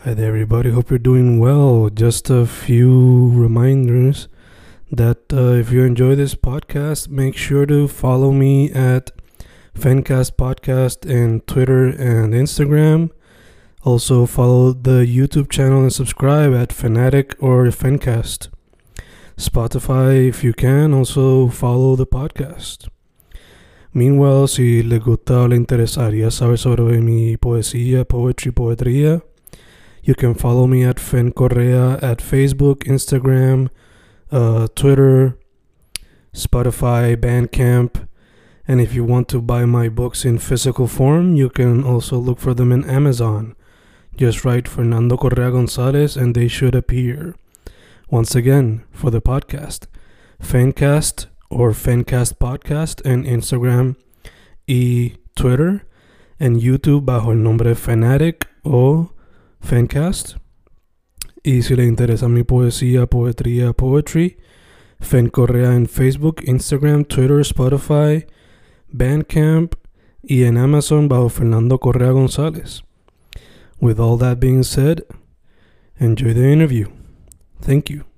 Hi there, everybody. Hope you're doing well. Just a few reminders that if you enjoy this podcast, make sure to follow me at Fencast Podcast in Twitter and Instagram. Also, follow the YouTube channel and subscribe at Fanatic or Fencast. Spotify, if you can, also follow the podcast. Meanwhile, si les gusta o le interesaría saber sobre mi poesía, poetría, you can follow me at Fen Correa at Facebook, Instagram, Twitter, Spotify, Bandcamp. And if you want to buy my books in physical form, you can also look for them in Amazon. Just write Fernando Correa Gonzalez and they should appear. Once again, for the podcast, Fencast or Fencast Podcast en Instagram y Twitter, en YouTube bajo el nombre Fanatic o Fencast. Y si le interesa mi poesía, poetry, Fen Correa en Facebook, Instagram, Twitter, Spotify, Bandcamp y en Amazon bajo Fernando Correa González. With all that being said, enjoy the interview. Thank you.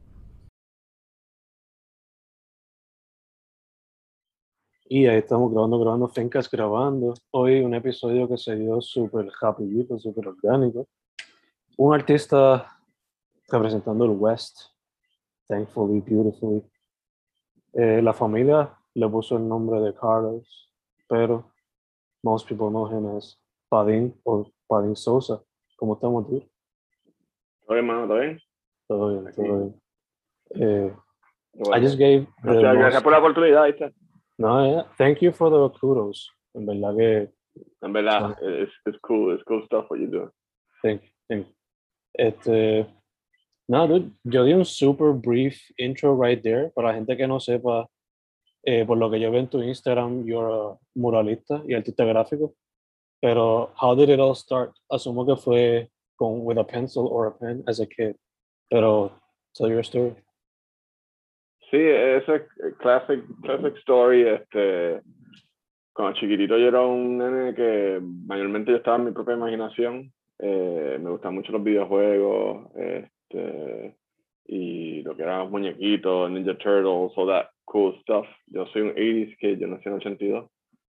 Y ahí estamos grabando Fencast grabando. Hoy un episodio que se dio súper rapidito, súper orgánico. Un artista representando el West, thankfully, beautifully. La familia le puso el nombre de Carlos, pero most people know him as Padín o Padín Sosa. ¿Cómo estamos, tú? ¿Todo bien, mano? ¿Todo bien? Todo bien, todo bien. Bueno, I just gave gracias por la oportunidad, ¿viste? No, thank you for the kudos. En verdad que... En verdad, it's cool stuff what you do. Thank you. No, dude, yo di un super brief intro right there. Para la gente que no sepa, por lo que yo veo en tu Instagram, you're a muralista y artista gráfico. Pero, how did it all start? Asumo que fue with a pencil or a pen as a kid. Pero, tell your story. Sí, es classic story. Cuando chiquitito yo era un nene que mayormente yo estaba en mi propia imaginación. Me gustaban mucho los videojuegos, y lo que eran los muñequitos, Ninja Turtles, all that cool stuff. Yo soy un 80s kid, yo nací en 82.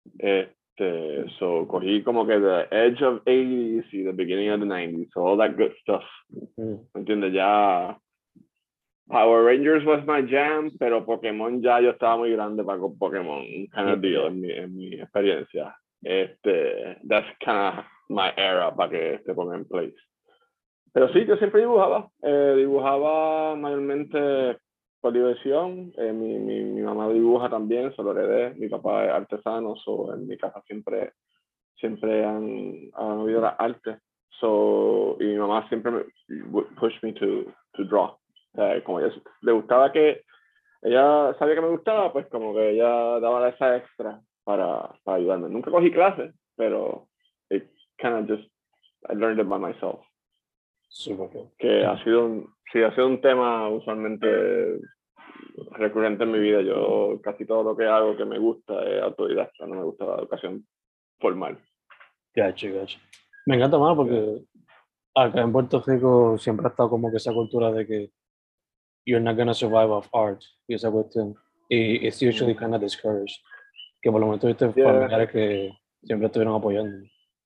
So cogí como que the edge of 80s y the beginning of the 90s, so all that good stuff. ¿Me entiendes? Ya Power Rangers was my jam, pero Pokémon ya yo estaba muy grande para Pokémon, kind of deal en mi experiencia. That's kind of my era para que se ponga en place. Pero sí, yo siempre dibujaba mayormente por diversión. Mi mamá dibuja también, se lo heredé. Mi papá es artesano, so en mi casa siempre han habido las artes. So, y mi mamá siempre me push me to draw. Como ella le gustaba ella sabía que me gustaba, pues como que ella daba esa extra para ayudarme. Nunca cogí clases, pero it kind of just, I learned it by myself. Super cool. Que ha sido un tema usualmente recurrente en mi vida. Yo casi todo lo que hago que me gusta es autodidacta, no me gusta la educación formal. Gotcha. Me encanta más porque acá en Puerto Rico siempre ha estado como que esa cultura de que you're not gonna survive off art y esa cuestión. Y it's usually kind of discouraged. Que por lo menos tuviste familiares que siempre estuvieron apoyando.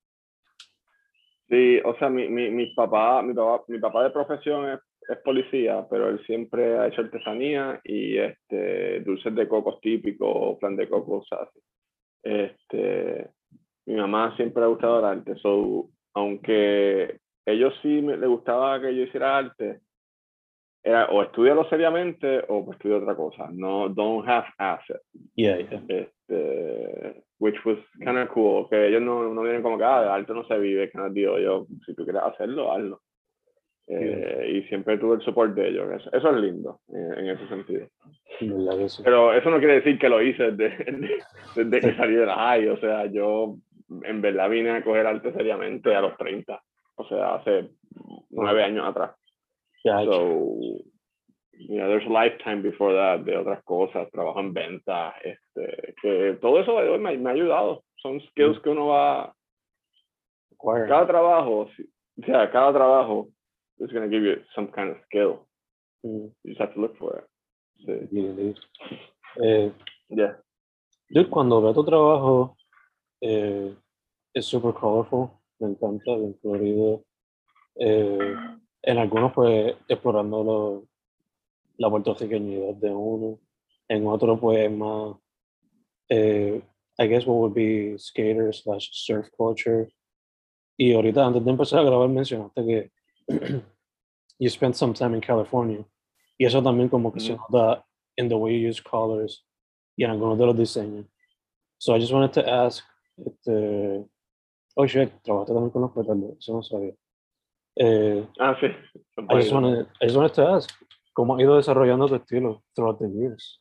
Sí, o sea, mi papá de profesión es policía, pero él siempre ha hecho artesanía y dulces de cocos típicos, flan de coco, o sea, mi mamá siempre le ha gustado el arte, so, aunque ellos sí le gustaba que yo hiciera arte, era o estudiarlo seriamente o pues estudiar otra cosa, no, don't half-ass it. Yeah. Which was kind of cool, que ellos no vienen como que, de arte no se vive, que no digo yo, si tú quieres hacerlo, hazlo. Y siempre tuve el support de ellos, eso es lindo, en ese sentido. Pero eso no quiere decir que lo hice desde que salí de la high, o sea, yo en verdad vine a coger arte seriamente a los 30, o sea, hace 9 años atrás. So, there's a lifetime before that de otras cosas, trabajo en ventas, que todo eso me ha ayudado. Son skills que uno va... Cada trabajo it's going to give you some kind of skill. You just have to look for it. Sí. Yeah. Dude, cuando veo tu trabajo, es super colorful, me encanta, bien colorido. En algunos, pues, explorando la puertorriqueñidad de uno. En otro, pues, más, I guess what would be skater / surf culture. Y ahorita, antes de empezar a grabar, mencionaste que you spent some time in California. Y eso también como que se nota in the way you use colors y en algunos de los diseños. So I just wanted to ask, oh shit, trabajaste también con los pétalos, eso no sabía. Sí. I just wanted to ask, ¿cómo has ido desarrollando tu estilo throughout the years?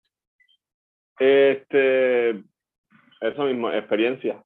Eso mismo, experiencia.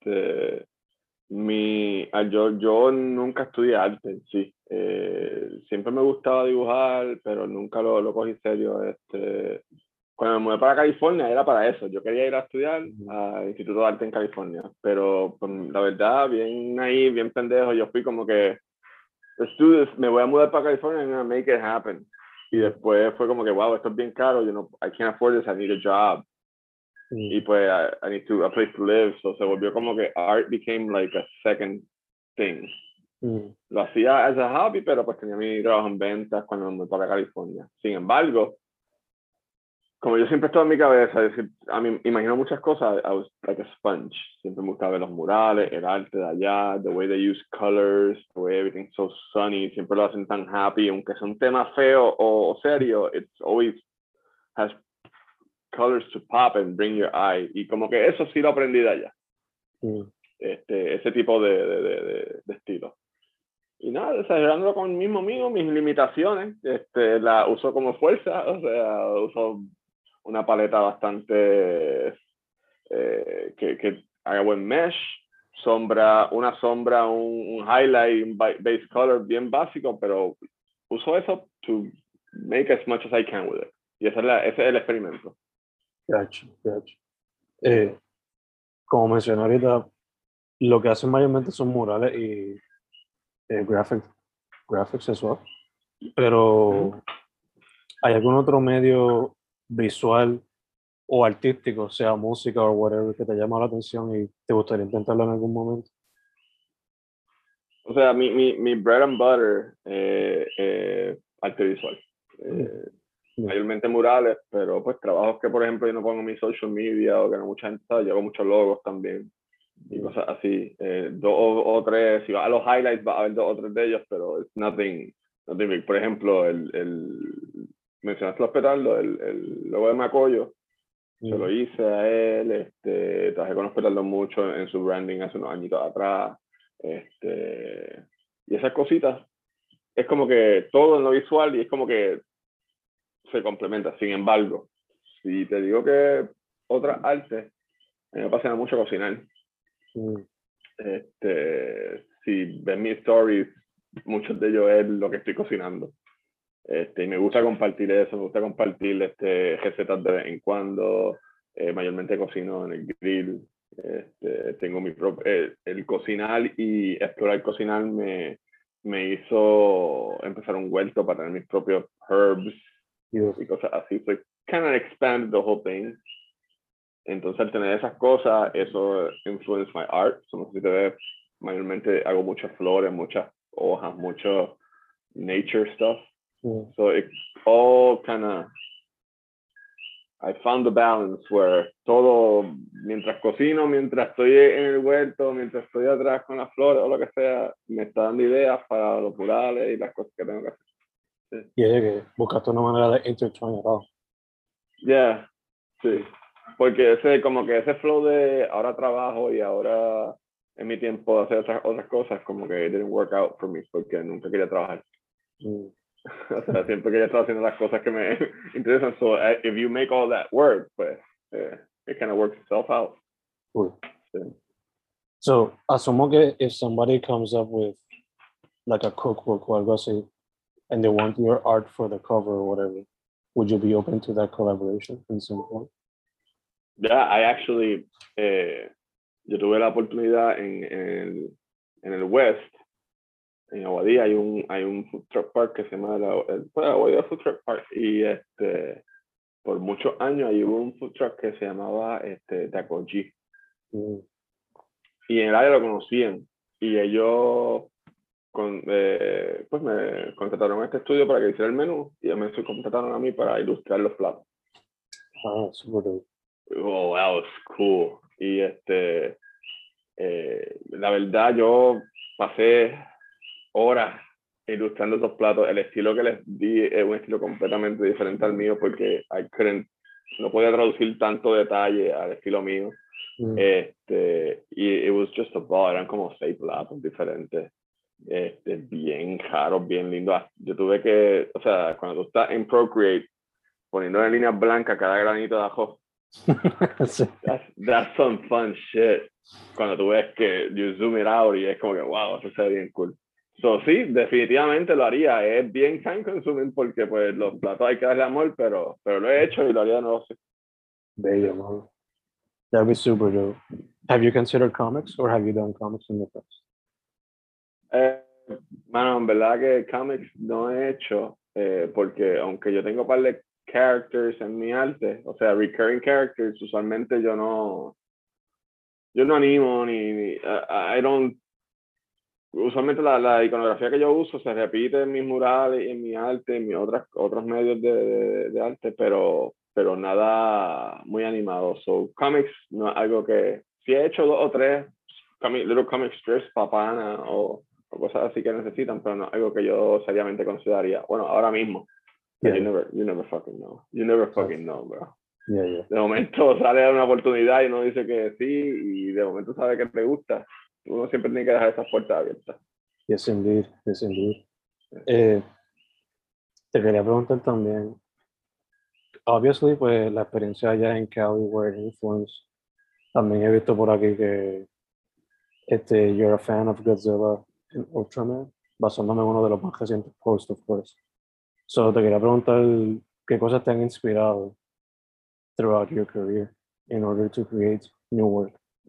Yo nunca estudié arte en sí. Siempre me gustaba dibujar, pero nunca lo cogí serio. Cuando me mudé para California era para eso. Yo quería ir a estudiar al Instituto de Arte en California, pero pues, la verdad, bien ahí, bien pendejo, yo fui como que, let's do this, me voy a mudar para California and I'm gonna make it happen. Y después fue como que, wow, esto es bien caro, I can't afford this, I need a job. Y pues I need a place to live, so se volvió como que art became like a second thing. Lo hacía as a hobby, pero pues tenía mi trabajo en ventas cuando me mudé para California. Sin embargo, como yo siempre estaba en mi cabeza, a mí imagino muchas cosas, I was like a sponge. Siempre me gustaba ver los murales, el arte de allá, the way they use colors, the way everything's so sunny, siempre lo hacen tan happy, aunque sea un tema feo o serio, it's always has colors to pop and bring your eye. Y como que eso sí lo aprendí de allá. Ese tipo de estilo. Y nada, desarrollándolo con el mismo mío, mis limitaciones, la uso como fuerza, o sea, uso una paleta bastante que haga buen mesh, una sombra, un highlight, un base color bien básico, pero uso eso to make as much as I can with it. Y ese es el experimento. Gotcha. Como mencioné ahorita, lo que hacen mayormente son murales y graphics as well. Pero ¿hay algún otro medio visual o artístico, sea música o whatever, que te llama la atención y te gustaría intentarlo en algún momento? O sea, mi bread and butter, arte visual. Mayormente murales, pero pues trabajos que, por ejemplo, yo no pongo en mi social media o que no mucha gente sabe. Yo hago muchos logos también y cosas así. 2 o 3, si vas a los highlights va a haber 2 o 3 de ellos, pero it's nothing big. Por ejemplo, mencionaste los petardos, el logo de Macoyo, se lo hice a él, trabajé con los petardos mucho en su branding hace unos añitos atrás, y esas cositas, es como que todo en lo visual y es como que se complementa. Sin embargo, si te digo que otras artes, a mí me apasiona mucho cocinar. Si ves mis stories, muchos de ellos es lo que estoy cocinando. Y me gusta compartir eso, me gusta compartir recetas de vez en cuando. Mayormente cocino en el grill. Tengo mi propio, el cocinar y explorar cocinar me hizo empezar un huerto para tener mis propios herbs y cosas así. So it kind of expanded the whole thing. Entonces, al tener esas cosas, eso influenced my art. So, no sé si te ves, mayormente hago muchas flores, muchas hojas, mucho nature stuff. So it all kind of, I found the balance where todo, mientras cocino, mientras estoy en el huerto, mientras estoy atrás con las flores o lo que sea, me está dando ideas para los murales y las cosas que tengo que hacer. Sí. Que buscaste una manera de intertwine it all. Yeah, sí. Porque como que ese flow de ahora trabajo y ahora es mi tiempo de hacer otras cosas, como que it didn't work out for me, porque nunca quería trabajar. O sea, siempre quería estar haciendo las cosas que me interesan. So if you make all that work, pues it kind of works itself out. Cool. Sí. So, asumo que if somebody comes up with like a cookbook or algo así, and they want your art for the cover or whatever, would you be open to that collaboration in some point? Yeah, I actually, yo tuve la oportunidad en el West En Aguadilla hay un food truck park que se llama Aguadilla Food Truck Park. Y por muchos años ahí hubo un food truck que se llamaba Taco G. Y en el área lo conocían. Y ellos pues me contrataron a este estudio para que hiciera el menú y ellos me contrataron a mí para ilustrar los platos. Ah, super dope. Oh, that was cool. Y la verdad yo pasé horas ilustrando esos platos. El estilo que les di es un estilo completamente diferente al mío porque no podía traducir tanto detalle al estilo mío. Y it was just a ball, eran como 6 platos diferentes, bien caros, bien lindos. Yo tuve que, o sea, cuando tú estás en Procreate, poniendo en líneas blancas cada granito de ajo, Sí. that's some fun shit. Cuando tú ves que you zoom it out y es como que, wow, eso se ve bien cool. So, sí, definitivamente lo haría. Es bien time consuming porque pues los platos hay que darle amor, pero lo he hecho y lo haría de nuevo. Sí. Bello, man. That'd be super dope. Have you considered comics or have you done comics in the past? Mano, en verdad que comics no he hecho, porque aunque yo tengo un par de characters en mi arte, o sea, recurring characters, usualmente yo no animo I don't, usualmente la iconografía que yo uso se repite en mis murales, en mi arte, en mis otros medios de arte, pero nada muy animado. So, comics no es algo que, si he hecho 2 o 3 little comic strips, papana o cosas así que necesitan, pero no es algo que yo seriamente consideraría. Bueno, ahora mismo. Yeah. You never fucking know. You never fucking know, bro. Yeah. De momento sale una oportunidad y uno dice que sí, y de momento sabe que te gusta. Uno siempre tiene que dejar esas puertas abiertas. Yes, indeed. Yes, indeed. Te quería preguntar también, obviously, pues la experiencia allá en Cali, where influence, también he visto por aquí que you're a fan of Godzilla and Ultraman, basándome en uno de los más recientes posts, of course. So te quería preguntar qué cosas te han inspirado throughout your career in order to create new work.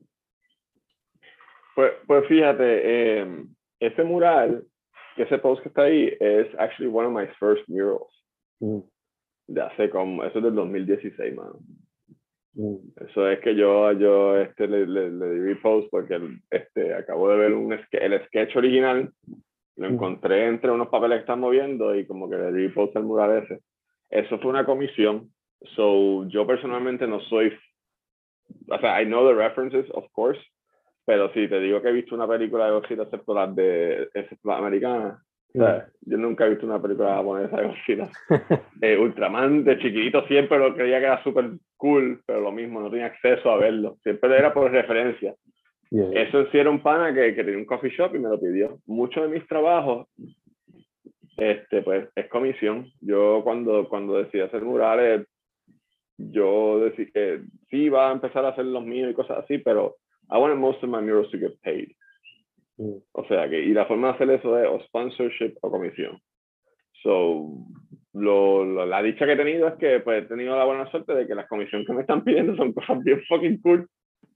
Pues fíjate, ese mural, ese post que está ahí, es actually one of my first murals. De hace eso es del 2016, mano. Eso es que yo le di repost porque acabo de ver el sketch original, lo encontré entre unos papeles que están moviendo y como que le di repost al mural ese. Eso fue una comisión. So, yo personalmente no soy, o sea, I know the references, of course, pero si te digo que he visto una película de Godzilla, excepto las americanas, o sea, yo nunca he visto una película japonesa de Godzilla. Ultraman de chiquitito siempre lo creía que era súper cool, pero lo mismo, no tenía acceso a verlo. Siempre era por referencia. Eso en sí era un pana que tenía un coffee shop y me lo pidió. Muchos de mis trabajos, pues, es comisión. Yo cuando decidí hacer murales, yo decidí que sí iba a empezar a hacer los míos y cosas así, pero I wanted most of my murals to get paid. O sea que, y la forma de hacer eso es o sponsorship o comisión. So, la dicha que he tenido es que pues, he tenido la buena suerte de que las comisiones que me están pidiendo son cosas bien fucking cool.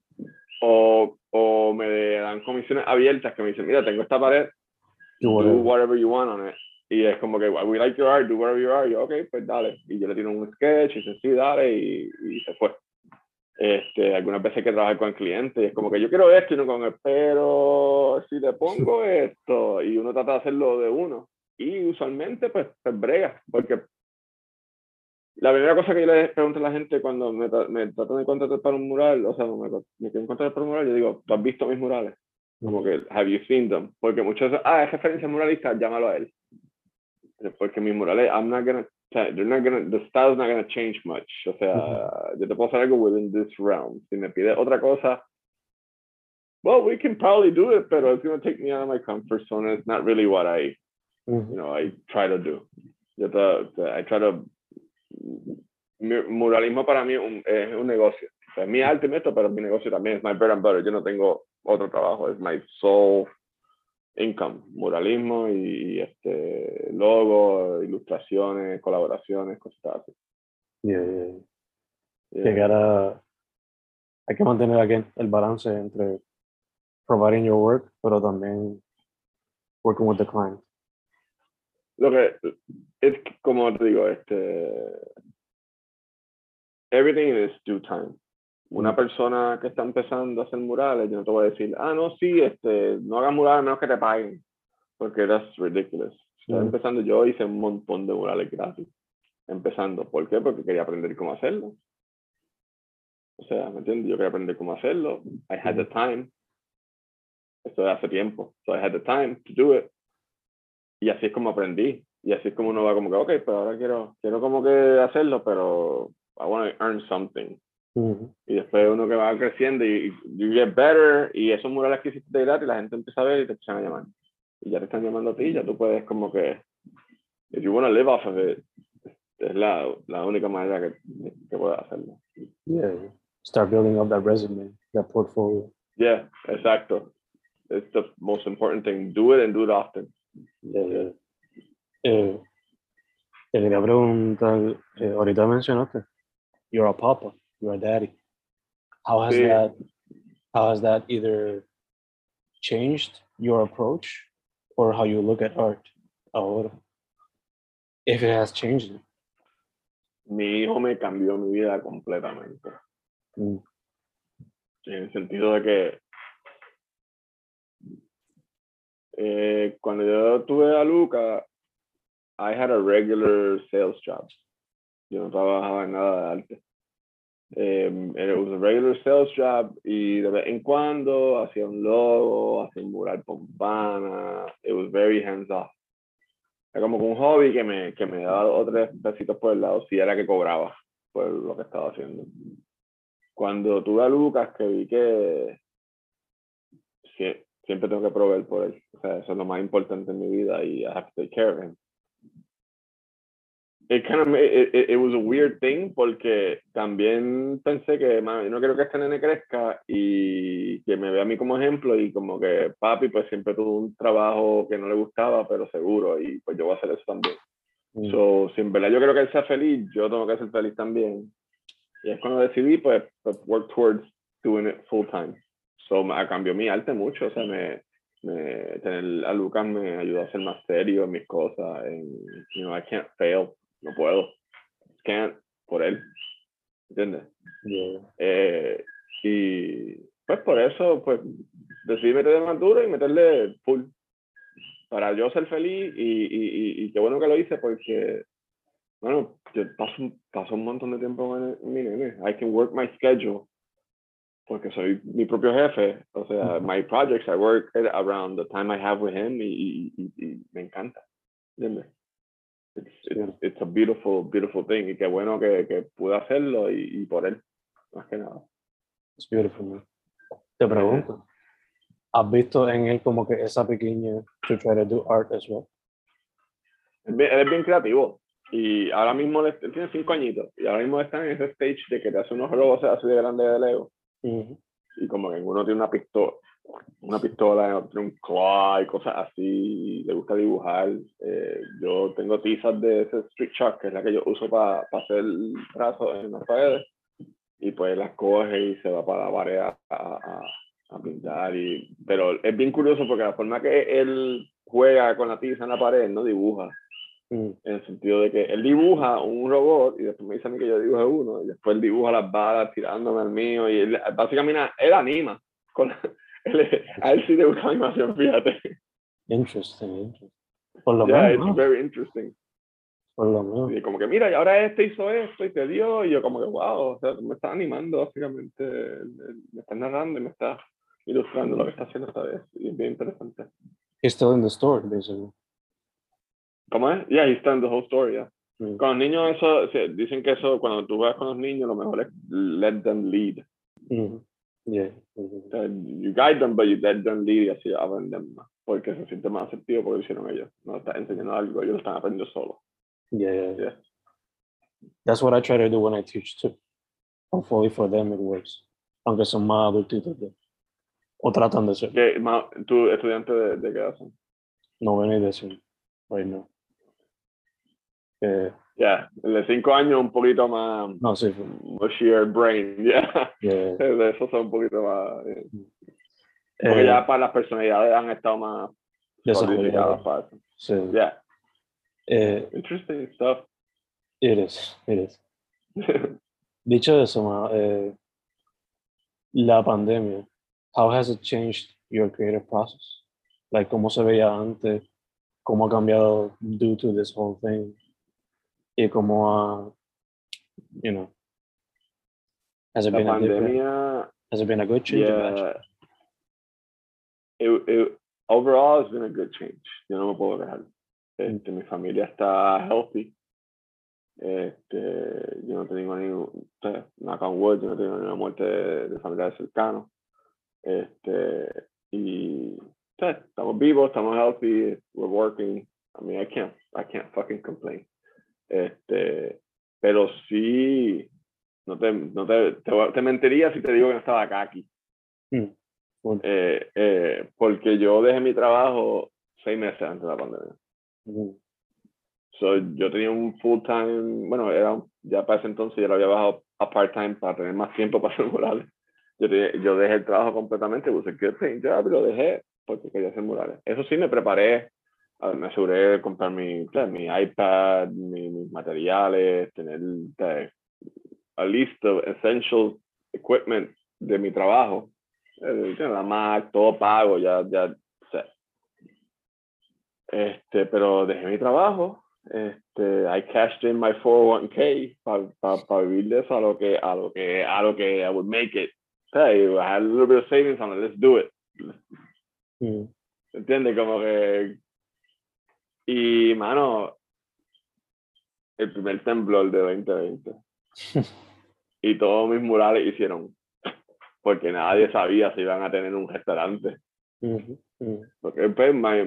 O me dan comisiones abiertas que me dicen, mira, tengo esta pared, do whatever you want on it. Y es como que, we like your art, do whatever you are. Y yo, ok, pues dale. Y yo le tiro un sketch y dice, sí, dale, y se fue. Algunas veces que trabajar con el cliente y es como que yo quiero esto y no con el, pero si le pongo esto y uno trata de hacerlo de uno y usualmente pues brega, porque la primera cosa que yo le pregunto a la gente cuando me tratan de contratar para un mural, o sea, me quieren contratar para un mural, yo digo, ¿tú has visto mis murales? Como que, have you seen them? Porque muchas veces, es referencia muralista, llámalo a él. Porque mis murales, the style's not gonna change much. O sea, yo te puedo hacer algo within this realm. Si me pides otra cosa, well, we can probably do it, pero it's gonna take me out of my comfort zone. It's not really what I try to do. I try to, muralismo para mí es un negocio. O sea, es mi arte, pero mi negocio también es my bread and butter. Yo no tengo otro trabajo, es my sole income, muralismo y logo, ilustraciones, colaboraciones, cosas así. Hay que mantener aquí el balance entre providing your work, pero también working with the client? Lo que es como te digo, everything in its due time. Una persona que está empezando a hacer murales, yo no te voy a decir, no, sí, no hagas murales a menos que te paguen, porque that's ridiculous. Estaba empezando, yo hice un montón de murales gratis. Empezando, ¿por qué? Porque quería aprender cómo hacerlo. O sea, ¿me entiendes? Yo quería aprender cómo hacerlo. I had the time. Esto de hace tiempo. So I had the time to do it. Y así es como aprendí. Y así es como uno va como que, ok, pero ahora quiero como que hacerlo, pero I want to earn something. Y después uno que va creciendo y you get better, y esos murales que hiciste de gratis, la gente empieza a ver y te empiezan a llamar. Y ya te están llamando a ti, ya tú puedes como que, if you want to live off of it, es la única manera que puedes hacerlo. Yeah, start building up that resume, that portfolio. Yeah, exacto. It's the most important thing. Do it and do it often. Yeah. Te quería preguntar, ahorita mencionaste, you're a papa, you're a daddy. How has that either changed your approach or how you look at art ahora? If it has changed it. Mi hijo me cambió mi vida completamente. En el sentido de que cuando yo tuve a Luca, I had a regular sales job. Yo no trabajaba en nada de arte. It was a regular sales job, y de vez en cuando hacía un logo, hacía un mural pompana. It was very hands off. Era como un hobby que me daba 2 o 3 pesitos por el lado, si era que cobraba por lo que estaba haciendo. Cuando tuve a Lucas, que vi que siempre tengo que proveer por él. O sea, eso es lo más importante en mi vida, y I have to take care of him. It was a weird thing, porque también pensé que, yo no quiero que este nene crezca y que me vea a mí como ejemplo, y como que papi pues siempre tuvo un trabajo que no le gustaba, pero seguro, y pues yo voy a hacer eso también. So, si en verdad yo quiero que él sea feliz, yo tengo que ser feliz también. Y es cuando decidí pues work towards doing it full time. So cambió mi arte mucho. O sea, tener a Lucas me ayudó a ser más serio en mis cosas. I can't fail. No puedo. Can't, por él. ¿Entiendes? Yeah. Y pues por eso pues decidí meterle más duro y meterle full. Para yo ser feliz, y qué bueno que lo hice, porque bueno, yo paso un montón de tiempo con mi nene. I can work my schedule, porque soy mi propio jefe. O sea, my projects, I work around the time I have with him, y me encanta. ¿Entiendes? It's a beautiful, beautiful thing. Y qué bueno que pude hacerlo, y por él, más que nada. It's beautiful, man. Te pregunto, ¿has visto en él como que esa pequeña to try to do art as well? Él es bien creativo. Y ahora mismo él tiene 5 añitos, y ahora mismo está en ese stage de que te hace unos robots así de grandes de Lego. Y como que uno tiene una pistola, otro tiene un claw y cosas así, y le gusta dibujar. Yo tengo tizas de ese Street Chalk, que es la que yo uso para hacer trazos en las paredes, y pues las coge y se va para la pared a pintar. Pero es bien curioso, porque la forma que él juega con la tiza en la pared, no dibuja. En el sentido de que él dibuja un robot, y después me dice a mí que yo dibuje uno, y después él dibuja las balas tirándome al mío, y él básicamente él anima. A él sí le gusta animación, fíjate. Interesting. Por lo Yeah, menos. it's very interesting. Por lo menos. Y como que mira, y ahora hizo esto y te dio, y yo como que wow, o sea, tú me estás animando, básicamente, me estás narrando y me estás ilustrando lo que está haciendo esta vez, y es bien interesante. He's still in the store, basically. ¿Cómo es? Yeah, he's telling the whole story, yeah. Con los niños, dicen que eso, cuando tú vas con los niños, lo mejor es let them lead. Yeah. You guide them, but you let them lead, y así aprenden más, porque se siente más asertivo porque lo hicieron ellos. No estás enseñando algo, ellos lo están aprendiendo solo. Yeah. That's what I try to do when I teach too. Hopefully for them it works. Aunque son más adultitos o tratan de ser. ¿Tú estudiante de qué hacen? Novena y décimo, right now. El de 5 años un poquito más. No, sí. Mushier brain, de esos son un poquito más. Porque ya para las personalidades han estado más solidificadas para eso. Sí. Yeah. Interesting stuff. It is. Dicho eso, la pandemia, how has it changed your creative process? Like, ¿cómo se veía antes? ¿Cómo ha cambiado due to this whole thing? Y cómo ha, has it La been pandemia, has it been a good change? Yeah. Overall, it's been a good change. Yo no me puedo quejar. Mi familia está healthy. Yo no tengo ningún, knock on wood, yo no tengo ninguna muerte de familiares cercanos. Y estamos vivos, estamos healthy, we're working. I mean, I can't fucking complain. Pero sí, te mentiría si te digo que no estaba acá aquí. Porque yo dejé mi trabajo 6 meses antes de la pandemia. So, yo tenía un full time, bueno, ya para ese entonces yo lo había bajado a part time para tener más tiempo para hacer murales. Yo dejé el trabajo completamente, puse que paint job, lo dejé porque quería hacer murales. Eso sí, me preparé, me aseguré de comprar mi iPad, mis materiales, tener a list of essential equipment de mi trabajo. La Mac, todo pago, ya sé. Pero dejé mi trabajo. I cashed in my 401k para vivir de eso a lo que I would make it. I had a little bit of savings on it. Let's do it. ¿Entiendes? Como que... Y, mano, el primer temblor de 2020. Y todos mis murales hicieron. Porque nadie sabía si iban a tener un restaurante. Porque pues, my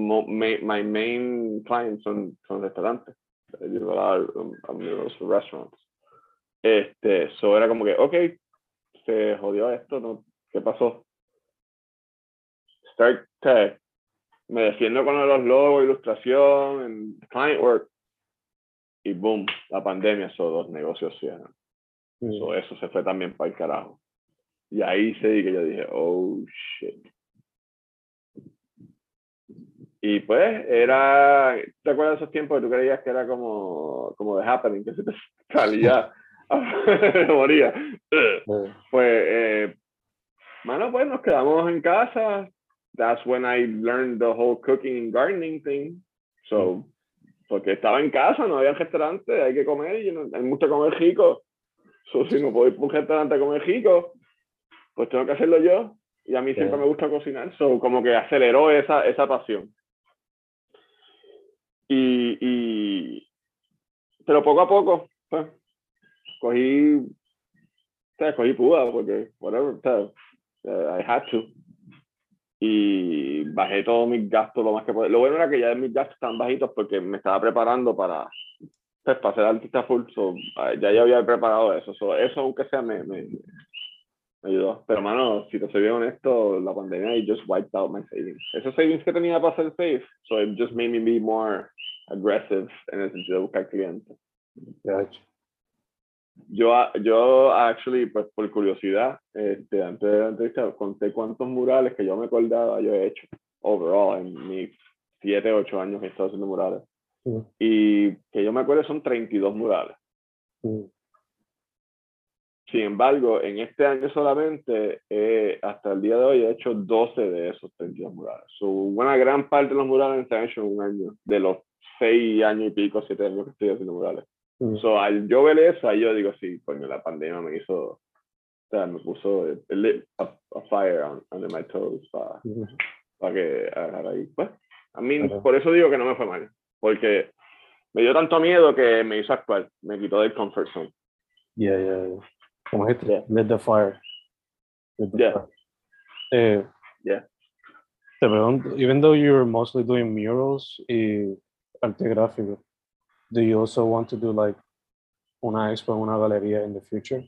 main clients son restaurantes. I do a lot of murals for restaurants. So era como que, okay, se jodió esto, ¿no? ¿Qué pasó? Me defiendo con los logos, ilustración, and client work. Y boom, la pandemia, esos 2 negocios cierran. So eso se fue también para el carajo. Y ahí sí que yo dije, oh shit. Y pues ¿te acuerdas de esos tiempos que tú creías que era como The Happening, que se te salía, moría? Pues, mano, pues nos quedamos en casa. That's when I learned the whole cooking and gardening thing. So, porque estaba en casa, no había restaurante, hay que comer y hay mucho que comer rico. So, si no puedo ir por un restaurante a comer rico, pues tengo que hacerlo yo. Y a mí siempre me gusta cocinar. So, como que aceleró esa pasión. Pero poco a poco, pues, cogí púa, porque, whatever, I had to. Y bajé todos mis gastos lo más que pude. Lo bueno era que ya mis gastos estaban bajitos porque me estaba preparando para ser artista full. So, ya yo había preparado eso. So, eso, aunque sea, me ayudó. Pero, mano, si te soy bien honesto, la pandemia I just wiped out my savings. Esos savings que tenía para hacer safe, so it just made me be more aggressive en el sentido de buscar clientes. Gotcha. Yo actually, pues por curiosidad, antes de la entrevista, conté cuántos murales que yo me acordaba yo he hecho overall en mis 7, 8 años que he estado haciendo murales. Y que yo me acuerdo son 32 murales. Sin embargo, en este año solamente, hasta el día de hoy, he hecho 12 de esos 32 murales. Una gran parte de los murales se han hecho en un año, de los 6 años y pico, 7 años que estoy haciendo murales. Al yo ver eso, ahí yo digo, sí, coño, la pandemia me puso a fire under my toes para que agarrara ahí. Pues, a mí, por eso digo que no me fue mal, porque me dio tanto miedo que me hizo actuar, me quitó del comfort zone. Yeah. Como dijiste, lit the fire. Yeah. Te pregunto, even though you're mostly doing murals y arte gráfico, do you also want to do like una expo en una galería in the future?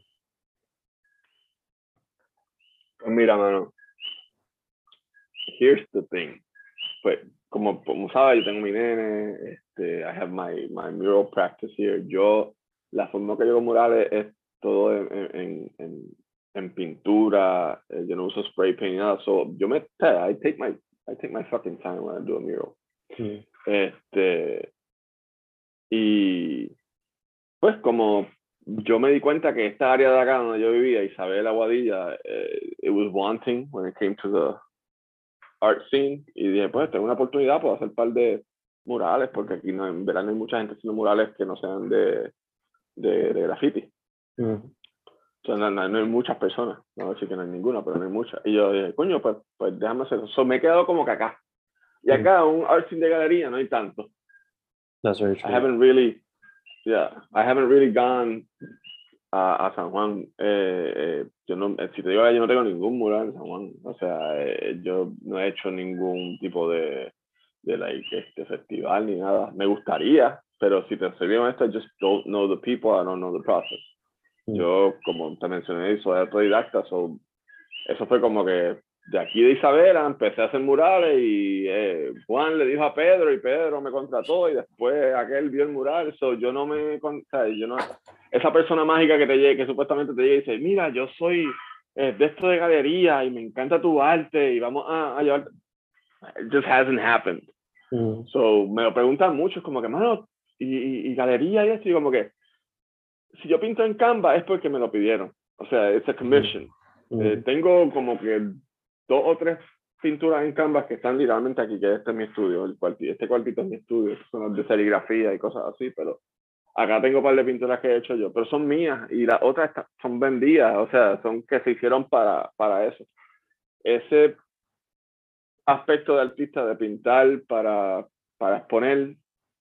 Mira, mano. Here's the thing. Pues, como sabes, yo tengo mi nene, I have my mural practice here. La forma que yo hago murales es todo en pintura. Yo no uso spray paint, nada. So, I take my I take my fucking time when I do a mural. Mm. Y pues como yo me di cuenta que esta área de acá donde yo vivía, Isabel Aguadilla, it was wanting when it came to the art scene, y dije, pues tengo una oportunidad, puedo hacer un par de murales, porque aquí no, en verano hay mucha gente haciendo murales que no sean de graffiti. Mm. O sea, no hay muchas personas, no voy a decir que no hay ninguna, pero no hay muchas. Y yo dije, coño, pues déjame hacer eso. Me he quedado como que acá. Y acá, un art scene de galería, no hay tanto. That's very true. I haven't really gone a San Juan. Yo no, si te digo, yo no tengo ningún mural en San Juan. O sea, yo no he hecho ningún tipo de festival ni nada. Me gustaría, pero si te soy bien honesto, I just don't know the people, I don't know the process. Yo, como te mencioné, soy autodidacta, eso fue como que de aquí de Isabela empecé a hacer murales y Juan le dijo a Pedro y Pedro me contrató y después aquel vio el mural. Yo no me, esa persona mágica que supuestamente te llega y dice, mira, yo soy de esto de galería y me encanta tu arte y vamos a llevar. It just hasn't happened. So me lo preguntan mucho, es como que, mano, y galería y esto, y como que si yo pinto en Canva es porque me lo pidieron. O sea, it's a commission. Tengo como que 2 o 3 pinturas en Canva que están literalmente aquí, que este es mi estudio. Este cuartito es mi estudio. Son las de serigrafía y cosas así, pero acá tengo un par de pinturas que he hecho yo, pero son mías y las otras son vendidas. O sea, son que se hicieron para eso. Ese aspecto de artista, de pintar para exponer,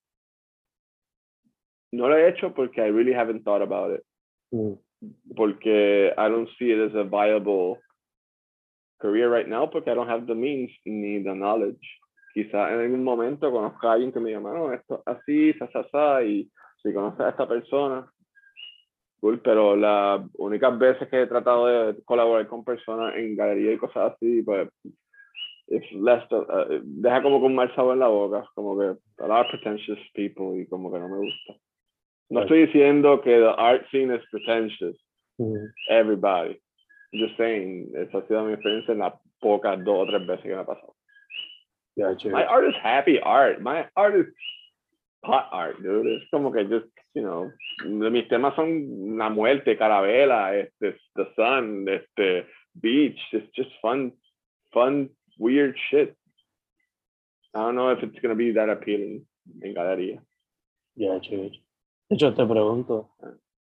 no lo he hecho porque I really haven't thought about it. Porque I don't see it as a viable career right now porque I don't have the means ni the knowledge. Quizá en algún momento conozca a alguien que me diga, no, esto así, y si conoces a esta persona, cool, pero las únicas veces que he tratado de colaborar con personas en galería y cosas así, pues deja como con mal sabor en la boca, como que a lot of pretentious people y como que no me gusta. No estoy diciendo que the art scene is pretentious. Everybody. I'm just saying, esa ha sido mi experiencia en las pocas 2 o 3 veces que me ha pasado. My art is happy art. My art is hot art, dude. Es como que just, you know, mis temas son la muerte, Carabela, the sun, beach. It's just fun, weird shit. I don't know if it's going to be that appealing en galería. Yeah, chévere. De hecho, te pregunto,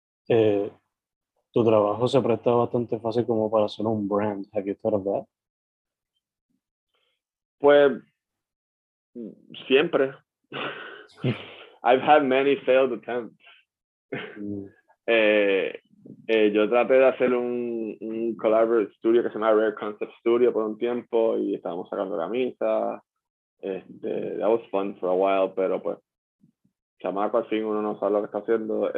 tu trabajo se presta bastante fácil como para hacer un brand. Have you thought of that? Pues siempre. I've had many failed attempts. Yo traté de hacer un collaborative studio que se llama Rare Concept Studio por un tiempo y estábamos sacando camisas. That was fun for a while, pero pues chamaco, al fin uno no sabe lo que está haciendo.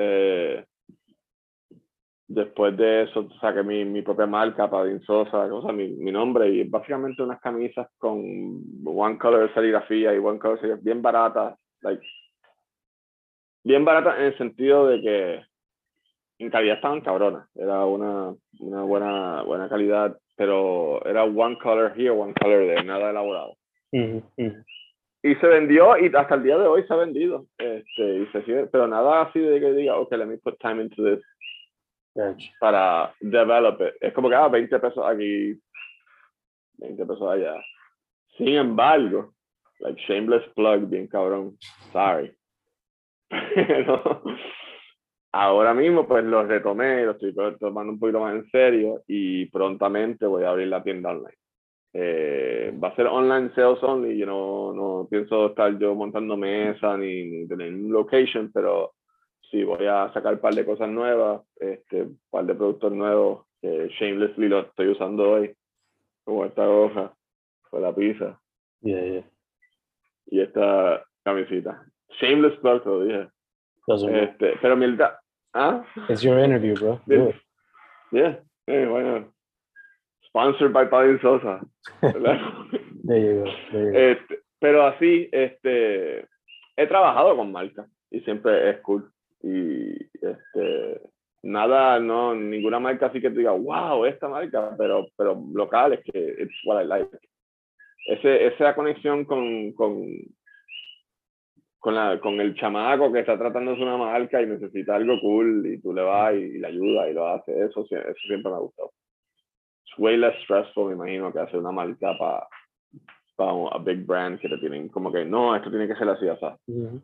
Después de eso saqué mi propia marca, Padín Sosa, mi nombre, y básicamente unas camisas con one color serigrafía y one color serigrafía, bien baratas, bien baratas en el sentido de que en calidad estaban cabronas, era una buena calidad, pero era one color here, one color there, nada elaborado. Y se vendió y hasta el día de hoy se ha vendido, y se sigue, pero nada así de que diga, okay, let me put time into this. Para develop it. Es como que 20 pesos aquí, 20 pesos allá. Sin embargo, like shameless plug, bien cabrón, sorry. Pero ahora mismo pues lo retomé, lo estoy tomando un poquito más en serio y prontamente voy a abrir la tienda online. Va a ser online sales only, yo no pienso estar yo montando mesa ni tener un location, pero sí, voy a sacar un par de cosas nuevas, un par de productos nuevos, que shamelessly lo estoy usando hoy, como esta hoja, con la pizza. Yeah. Y esta camisita. Shameless plug, te lo dije. Pero mierda. ¿Ah? It's your interview, bro. Yeah, bueno. Sponsored by Padín Sosa. There you go. Pero así, he trabajado con marcas y siempre es cool. Y ninguna marca así que te diga, wow, esta marca, pero locales, que it's what I like. esa conexión con el chamaco que está tratando de hacer una marca y necesita algo cool y tú le vas y le ayudas y lo haces. Eso siempre me ha gustado. It's way less stressful, me imagino, que hacer una marca para a big brand que te tienen como que, no, esto tiene que ser así, o sea.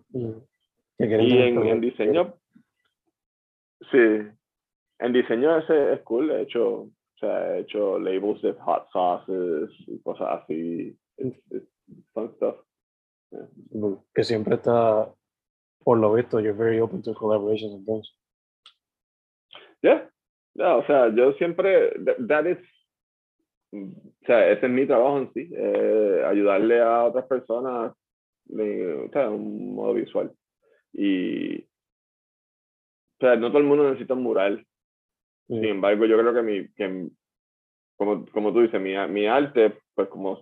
Y en diseño, sí, en diseño ese es cool. He hecho labels de hot sauces y cosas así. It's fun stuff. Yeah. Que siempre está, por lo visto, you're very open to collaborations and things. Yeah, o sea, yo siempre, o sea, ese es mi trabajo en sí, ayudarle a otras personas o sea, de un modo visual. Y, o sea, no todo el mundo necesita un mural. Sin embargo, yo creo que como tú dices, mi arte, pues como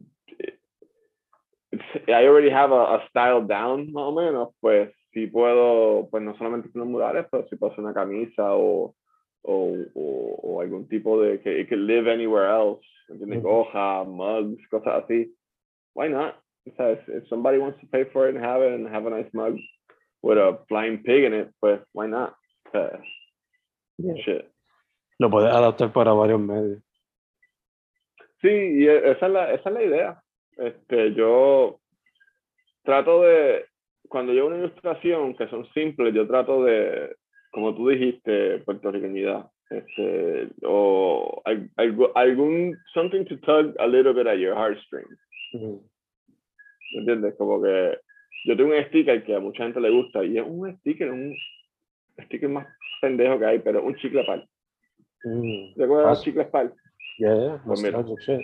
I already have a style down, más o menos, pues sí puedo, pues no solamente hacer murales, pero sí puedo hacer una camisa o algún tipo de que it could live anywhere else, ¿entiendes? Hoja, mugs, cosas así. Why not? O sea, if somebody wants to pay for it and have a nice mug with a flying pig in it, pues why not? Shit. Lo puedes adaptar para varios medios. Sí, y esa es la idea. Yo trato de, cuando yo una ilustración que son simples, yo trato de, como tú dijiste, puertorriqueñidad, o algún something to tug a little bit at your heartstrings. ¿Me entiendes? Como que yo tengo un sticker que a mucha gente le gusta y es un sticker más pendejo que hay, pero un chicle pal. ¿Te acuerdas de chicle pal? Yeah, pues mira. Shit.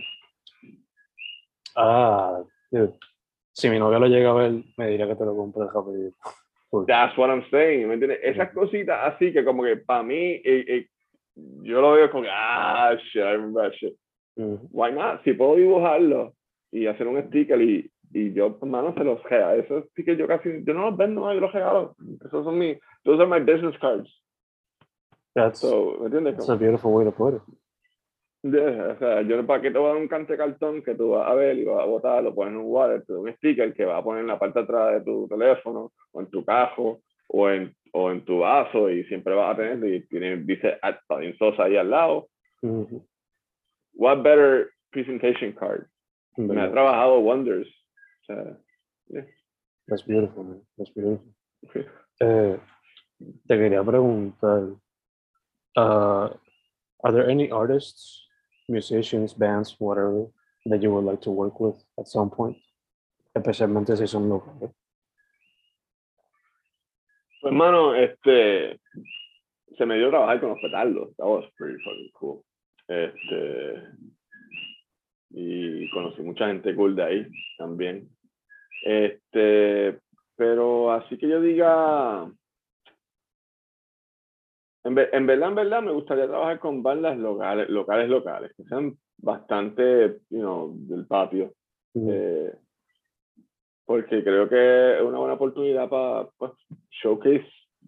Dude. Si mi novia lo llega a ver, me diría que te lo compres rapidito. That's what I'm saying, ¿me entiendes? Esas cositas así que como que para mí, yo lo veo como que, shit, I remember that shit. Why not? Si puedo dibujarlo y hacer un sticker y yo, hermano, se los regalo. Esos stickers yo no los vendo, yo los regalo. Esos son those are my business cards. ¿Me entiendes? That's a beautiful way to put it. Yeah, o sea, yo para qué te voy a dar un cante de cartón que tú vas a ver y vas a botar, lo pones en un wallet, un sticker que vas a poner en la parte de atrás de tu teléfono o en tu cajo o en tu vaso y siempre vas a tener dice Fabián Sosa ahí al lado. What better presentation card? Me ha trabajado wonders. O sea, yeah. That's beautiful, man. That's beautiful. Te quería preguntar, are there any artists, musicians, bands, whatever, that you would like to work with at some point? Especialmente si son locales. Pues, hermano, se me dio trabajar con los petardos. That was pretty fucking cool. Y conocí mucha gente cool de ahí también. Pero así que yo diga, en verdad me gustaría trabajar con bandas locales, que sean bastante, del patio. Porque creo que es una buena oportunidad para showcase,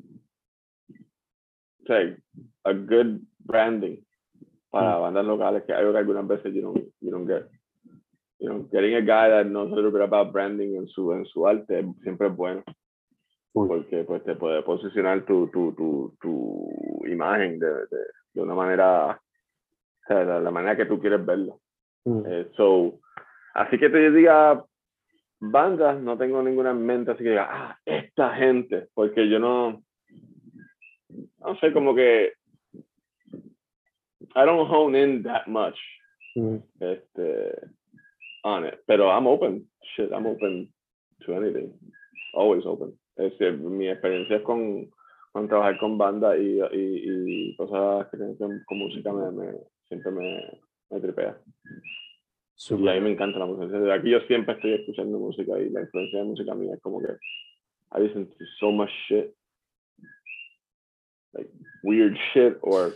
o sea, a good branding para bandas locales, que algo que algunas veces you don't get. Getting a guy that knows a little bit about branding en su arte siempre es bueno. Porque pues te puede posicionar tu imagen de una manera, o sea, de la manera que tú quieres verlo. Así que te diga bandas, no tengo ninguna en mente, así que diga, esta gente, porque yo no sé, como que I don't hone in that much on it, pero I'm open to anything, always open. Mi experiencia con trabajar con bandas y cosas que tienen que ver con música siempre me tripea. Super. Y a mí me encanta la música. Desde aquí yo siempre estoy escuchando música y la influencia de música mía es como que I listen to so much shit, like weird shit or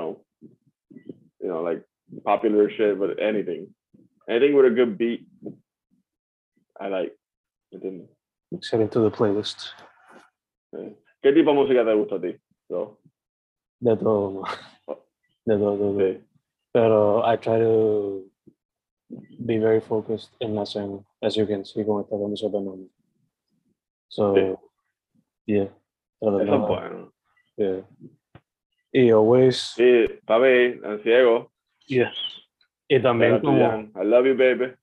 like popular shit, but anything with a good beat I like. ¿Entiendes? Get into the playlist. ¿Qué tipo de música te gusta a ti? De todo, de todo. Sí. Pero I try to be very focused en la escena, as you can see, como está con ese fenómeno. So, Sí. yeah. Eso es bueno. Yeah. Y always, Sí, papi, el ciego. yeah. Y también Shout out to Jan. I love you, baby.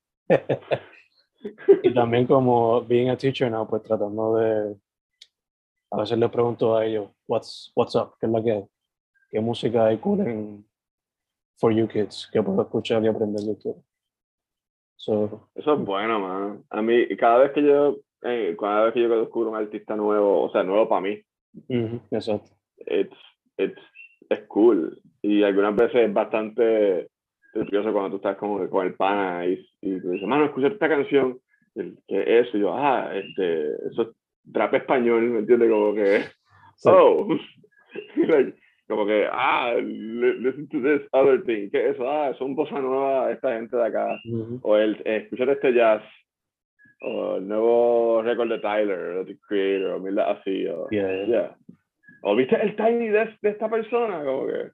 y también como being a teacher now, pues tratando de, a veces le pregunto a ellos, what's up, qué es la que hay, qué música hay cool for you kids, que puedo escuchar y aprender de todo. So, Eso es bueno, man. A mí, cada vez que yo descubro un artista nuevo, o sea, nuevo para mí, exacto. es cool. Y algunas veces es bastante curioso cuando tú estás con el pana y tú dices, mano, escucha esta canción. ¿Qué es eso? Y yo, eso es rap español, ¿me entiendes? Como que, Sí. oh, like, como que, listen to this other thing. ¿Qué es eso? Son bossa nueva esta gente de acá. O escuchar este jazz. O el nuevo récord de Tyler, o The Creator, o mierda así. O, Yeah. ¿O viste el Tiny de esta persona? Como que...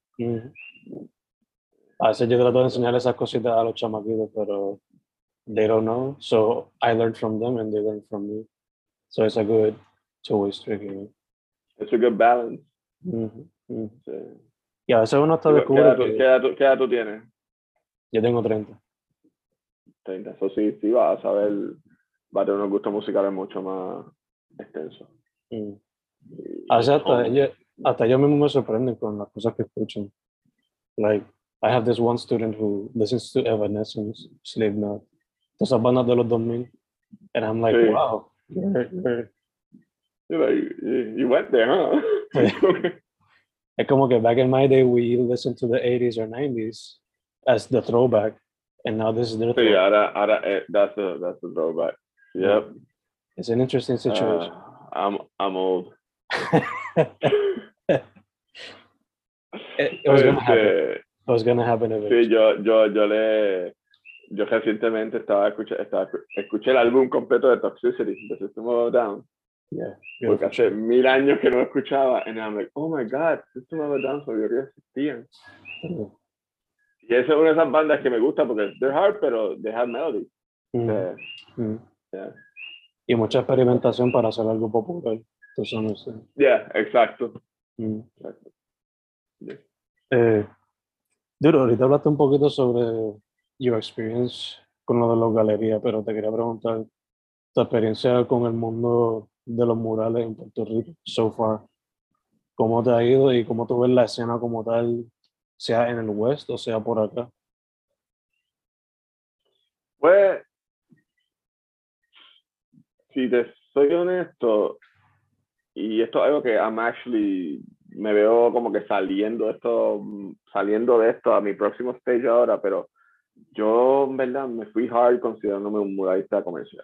A veces yo trato de enseñar esas cositas a los chamaquitos, pero they don't know. So I learned from them and they learned from me. So it's a good two-way street. It's a good balance. Sí. Sí. Y a veces uno hasta descubre que... ¿Qué edad tú tienes? Yo tengo 30. 30. Eso sí vas a saber, va a tener unos gustos musicales mucho más extensos. A veces hasta ellos mismos me sorprenden con las cosas que escuchan. Like, I have this one student who listens to Evanescence, Slipknot, todas esas bandas de los 2000. And I'm like, Sí. wow, You're like, you went there, huh? Es como que back in my day, we listened to the 80s or 90s as the throwback. And now this is their Sí, throwback. ahora that's the throwback. Yep. It's an interesting situation. I'm old. It was gonna happen. It was gonna happen eventually. Sí, yo recientemente escuché el álbum completo de Toxicity, de System of a Down. Yeah, porque hace 1000 años que no escuchaba. And I'm like, oh my God, System of a Down todavía existían. Y esa es una de esas bandas que me gusta porque they're hard, pero they have melody. Yeah. Y mucha experimentación para hacer algo popular. Entonces, no sé. Yeah, exacto. Exacto. Duro, ahorita hablaste un poquito sobre your experience con lo de las galerías, pero te quería preguntar tu experiencia con el mundo de los murales en Puerto Rico so far. ¿Cómo te ha ido y cómo tú ves la escena como tal, sea en el West o sea por acá? Pues, si te soy honesto, y esto es algo que me veo como que saliendo de esto a mi próximo stage ahora, pero yo en verdad me fui hard considerándome un muralista comercial.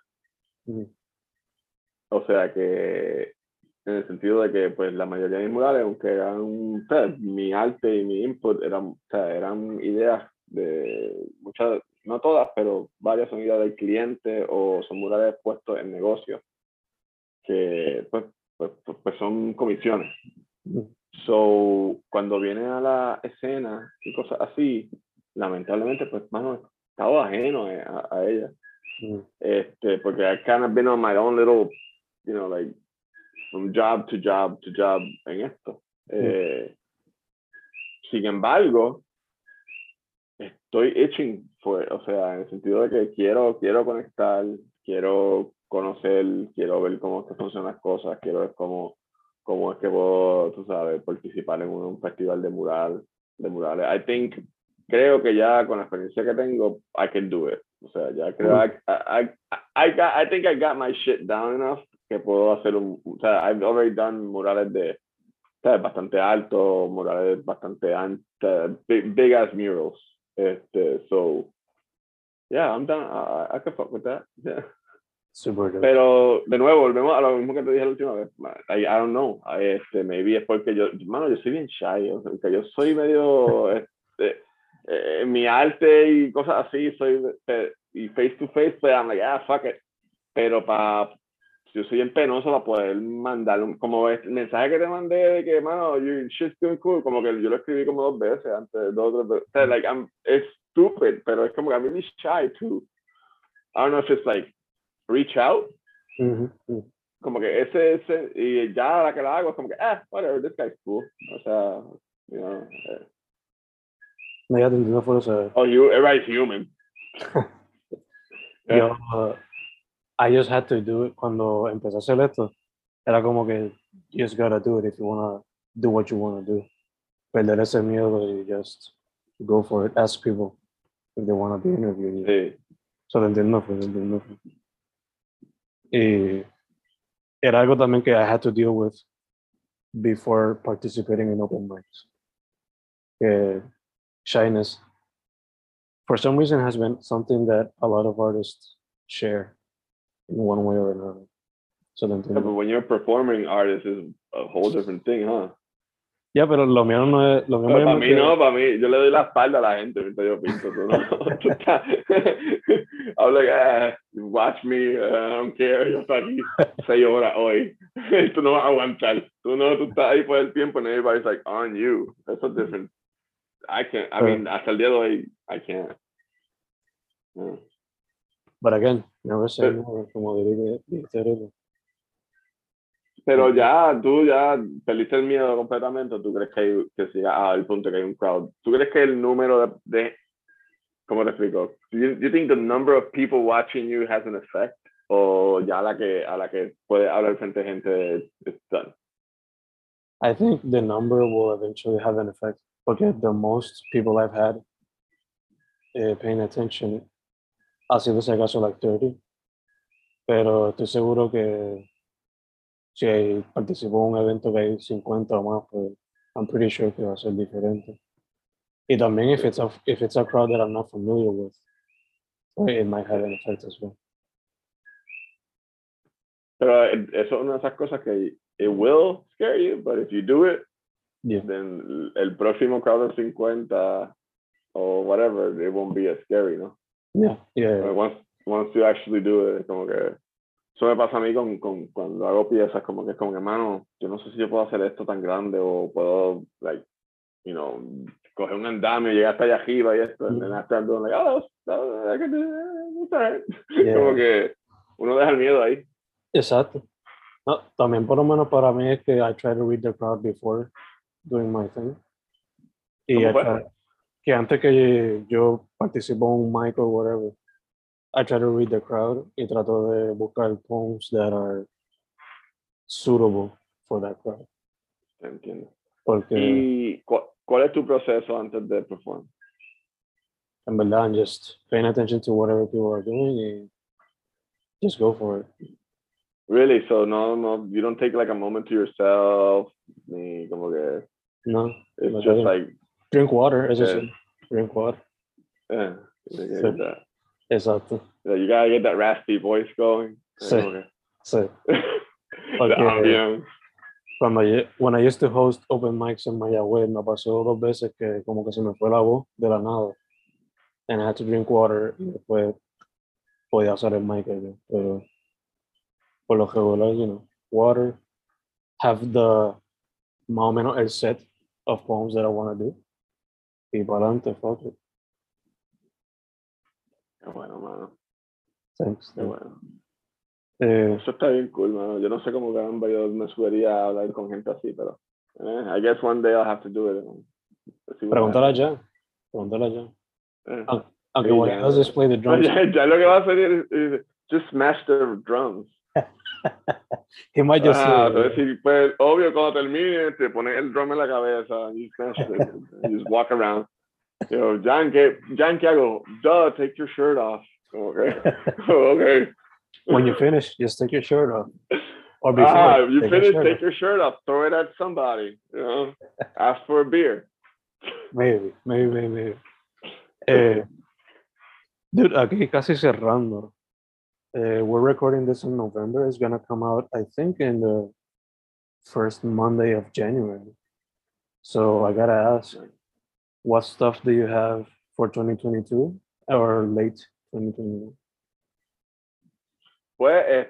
O sea que en el sentido de que pues la mayoría de mis murales, aunque eran mi arte y mi input eran ideas de muchas, no todas, pero varias son ideas del cliente o son murales puestos en negocios que pues son comisiones. So, cuando viene a la escena y cosas así, lamentablemente, pues, mano, estaba ajeno a ella. Porque I kind of been on my own little, like, from job to job to job en esto. Sin embargo, estoy itching for it, o sea, en el sentido de que quiero conectar, quiero conocer, quiero ver cómo funcionan las cosas, quiero ver cómo es que puedo, tú sabes, participar en un festival de murales. Creo que ya con la experiencia que tengo, I can do it. O sea, ya creo, I think I got my shit down enough que puedo hacer o sea, I've already done murales bastante altos, murales bastante anchos, big ass murals. So, yeah, I'm down. I can fuck with that. Yeah. Super good. Pero, de nuevo, volvemos a lo mismo que te dije la última vez. I don't know. Maybe es porque yo soy bien shy. O sea, yo soy medio... mi arte y cosas así, y face to face, pues I'm like, fuck it. Pero yo soy bien penoso para poder mandar como el mensaje que te mandé de que, mano, your shit's doing cool, como que yo lo escribí como 2 veces antes, 2 o 3 veces. O sea, like, stupid, pero es como que I'm really shy too. I don't know if it's like reach out. Como que ese, y ya la que la hago es como que, whatever, this guy's cool. O sea, you know. No, ya te entiendo por eso. Oh, everybody's human. Yo, I just had to do it cuando empecé a hacer esto. Era como que you just gotta do it if you wanna do what you wanna do. Perder ese miedo y just go for it. Ask people if they wanna be interviewed. Sí. So, te entiendo. Y era algo también que I had to deal with before participating in open mics. Shyness, for some reason, has been something that a lot of artists share in one way or another. So Yeah, but when you're a performing artist, is a whole different thing, huh? Yeah, pero lo mío no es... Lo mío para mí no, para mí, yo le doy la espalda a la gente mientras yo pinto. Tú no, tú estás... I'm like, watch me, I don't care, yo estoy aquí 6 horas hoy. Tú no vas a aguantar. Tú estás ahí por el tiempo and everybody's like, on you. That's a different... I can't, I mean, hasta el día de hoy, I can't. Yeah. But again, never say no, como dijiste. Pero ya, tú ya perdiste el miedo completamente, ¿tú crees que siga al punto que hay un crowd? ¿Tú crees que el número de ¿cómo te explico? Do you think the number of people watching you has an effect? ¿O ya a la que puede hablar frente a gente it's done? I think the number will eventually have an effect. Porque the most people I've had paying attention ha sido ese caso like 30. Pero estoy seguro que si participo en un evento que hay 50 o más, pues I'm pretty sure que va a ser diferente. Y también if it's a crowd that I'm not familiar with, it might have an effect as well. Pero eso es una de esas cosas que it will scare you, but if you do it, then el próximo crowd de 50 or whatever, it won't be as scary, ¿no? Yeah. Once you actually do it, como que eso me pasa a mí con cuando hago piezas, como que hermano, yo no sé si yo puedo hacer esto tan grande o puedo, like, you know, coger un andamio y llegar hasta allá arriba y esto, and then after I'm doing like, I can do that, it's all right. Como que uno deja el miedo ahí. Exacto. No, también por lo menos para mí es que I try to read the crowd before doing my thing. Y que antes que yo participo en un mic or whatever, I try to read the crowd y trato de buscar poems that are suitable for that crowd. Entiendo. Porque, ¿Y cuál es tu proceso antes de perform? En verdad, I'm just paying attention to whatever people are doing and just go for it. Really? So no, you don't take like a moment to yourself, ni como que... No. It's just like... Drink water, eso sí. Drink water. Yeah, that. Exacto. Yeah, you gotta get that raspy voice going. Sí. Sí. Porque when I used to host open mics en Mayagüez, me pasó 2 veces que como que se me fue la voz de la nada. And I had to drink water y después podía hacer el mic again. Pero por lo regular, you know, water, have the más o menos el set of poems that I want to do. Y para adelante, fuck it. Qué bueno, mano. Thanks. Qué bueno. Eso está bien cool, mano. Yo no sé cómo caramba yo me subiría a hablar con gente así, pero I guess one day I'll have to do it. Pregúntale allá. Aunque what he does is play the drums. Ya lo que va a hacer es just smash the drums. He might just decir, pues obvio cuando termine te pones el drum en la cabeza and you smash it and you just walk around. You know, John, ¿qué hago? Duh, take your shirt off. Okay. Okay. When you finish, just take your shirt off. Or before you finish, take your shirt off, throw it at somebody, you know, ask for a beer. Maybe. Dude, aquí casi cerrando. We're recording this in November. It's gonna come out, I think, in the first Monday of January. So I gotta ask, what stuff do you have for 2022 or late 2021? Pues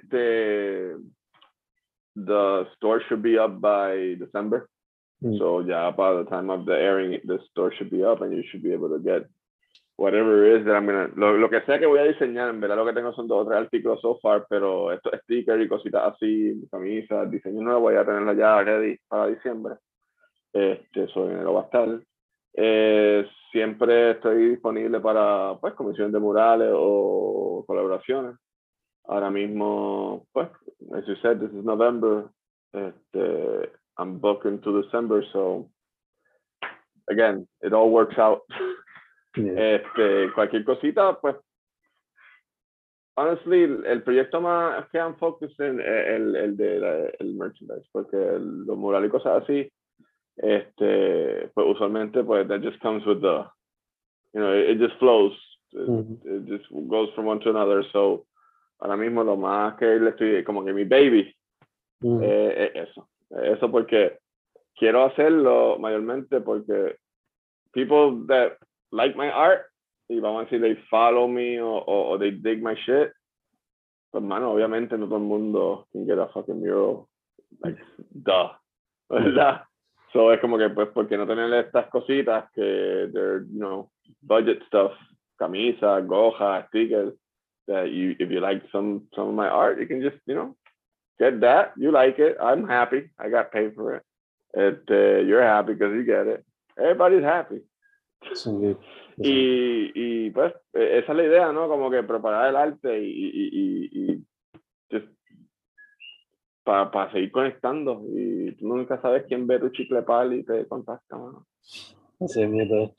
the store should be up by December. So yeah, by the time of the airing, the store should be up and you should be able to get whatever it is that I'm gonna, lo que sea que voy a diseñar, en verdad lo que tengo son 2 o 3 artículos so far, pero estos stickers y cositas así, camisas, diseño nuevo, voy a tenerla ya ready para diciembre. Eso en enero va a estar. Siempre estoy disponible para, pues, comisiones de murales o colaboraciones. Ahora mismo, pues, as you said, this is November. I'm booked into December, so again, it all works out. Yeah. Cualquier cosita, pues, honestly, el proyecto más que I'm focused en el de el merchandise, porque los murales y cosas así, pues usualmente, pues, that just comes with the, you know, it just flows. It just goes from one to another. So, ahora mismo lo más que le estoy, como que mi baby, es eso porque quiero hacerlo mayormente porque people that like my art y vamos a decir they follow me o they dig my shit, pues mano, obviamente no todo el mundo can get a fucking mural, like, duh, ¿verdad? So es como que, pues, ¿por qué no tener estas cositas que they're, you know, budget stuff, camisas, gojas, stickers, that you, if you like some of my art, you can just, you know, get that. You like it. I'm happy. I got paid for it. You're happy because you get it. Everybody's happy. Sí. Y pues esa es la idea, ¿no? Como que preparar el arte y just para seguir conectando. Y tú nunca sabes quién ve tu chicle pal y te contacta, mano. Así es miedo.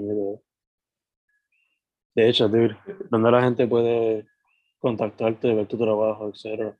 De hecho, dude, ¿dónde la gente puede contactarte, ver tu trabajo, etcétera?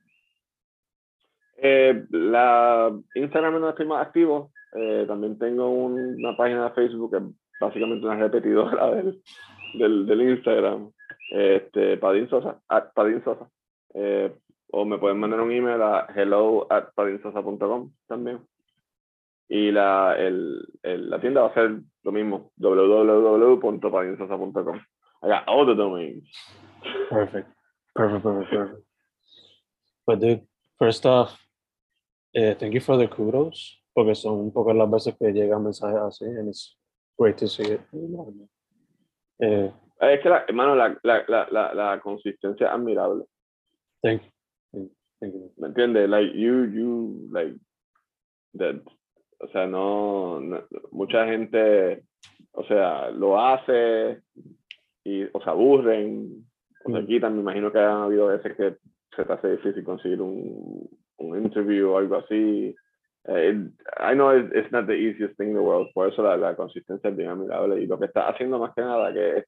La Instagram no estoy más activo. También tengo una página de Facebook que es básicamente una repetidora del Instagram. Padín Sosa, @Padín Sosa. O me pueden mandar un email a hello@padinsosa.com también. Y la tienda va a ser lo mismo, www.padinsosa.com. I got all the domains. Perfect. But dude, first off, thank you for the kudos, porque son pocas las veces que llegan mensajes así, and it's great to see it. Es que, hermano, la consistencia es admirable. Thank you. ¿Me entiendes? Like, you, like, that, o sea, no, mucha gente, o sea, lo hace y, o se aburren, o se quitan. Me imagino que han habido veces que se te hace difícil conseguir un interview o algo así. I know it's not the easiest thing in the world, por eso la consistencia es bien admirable. Y lo que está haciendo más que nada que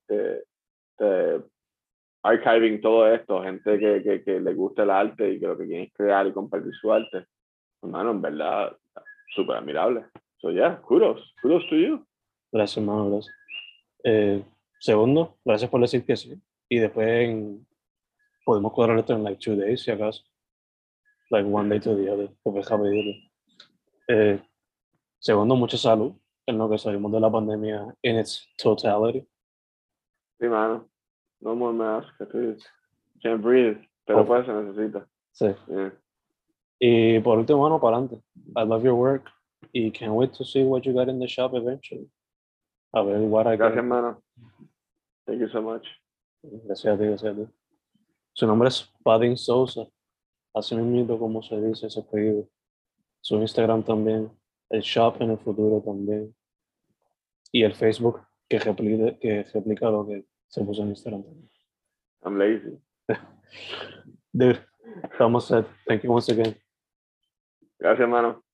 archiving todo esto, gente que le gusta el arte y que lo que quiere es crear y compartir su arte, hermano, en verdad, súper admirable. So yeah, kudos to you. Gracias, hermano, gracias. Segundo, gracias por decir que sí. Y después podemos cuadrar esto en like 2 days, si acaso. Like one day to the other, porque es rapidito. Segundo, mucha salud en lo que salimos de la pandemia in its totality. Sí, mano. No more mask, can't breathe, pero pues se necesita. Sí. Yeah. Y por último, mano, para adelante. I love your work y can't wait to see what you got in the shop eventually. A ver what I Gracias, mano. Thank you so much. Gracias a ti. Su nombre es Padín Sosa. Así mismo como se dice ese apellido. Su Instagram también. El shop en el futuro también. Y el Facebook que replica lo que se puso en Instagram también. I'm lazy. Dude, estamos set. Thank you once again. Gracias, mano.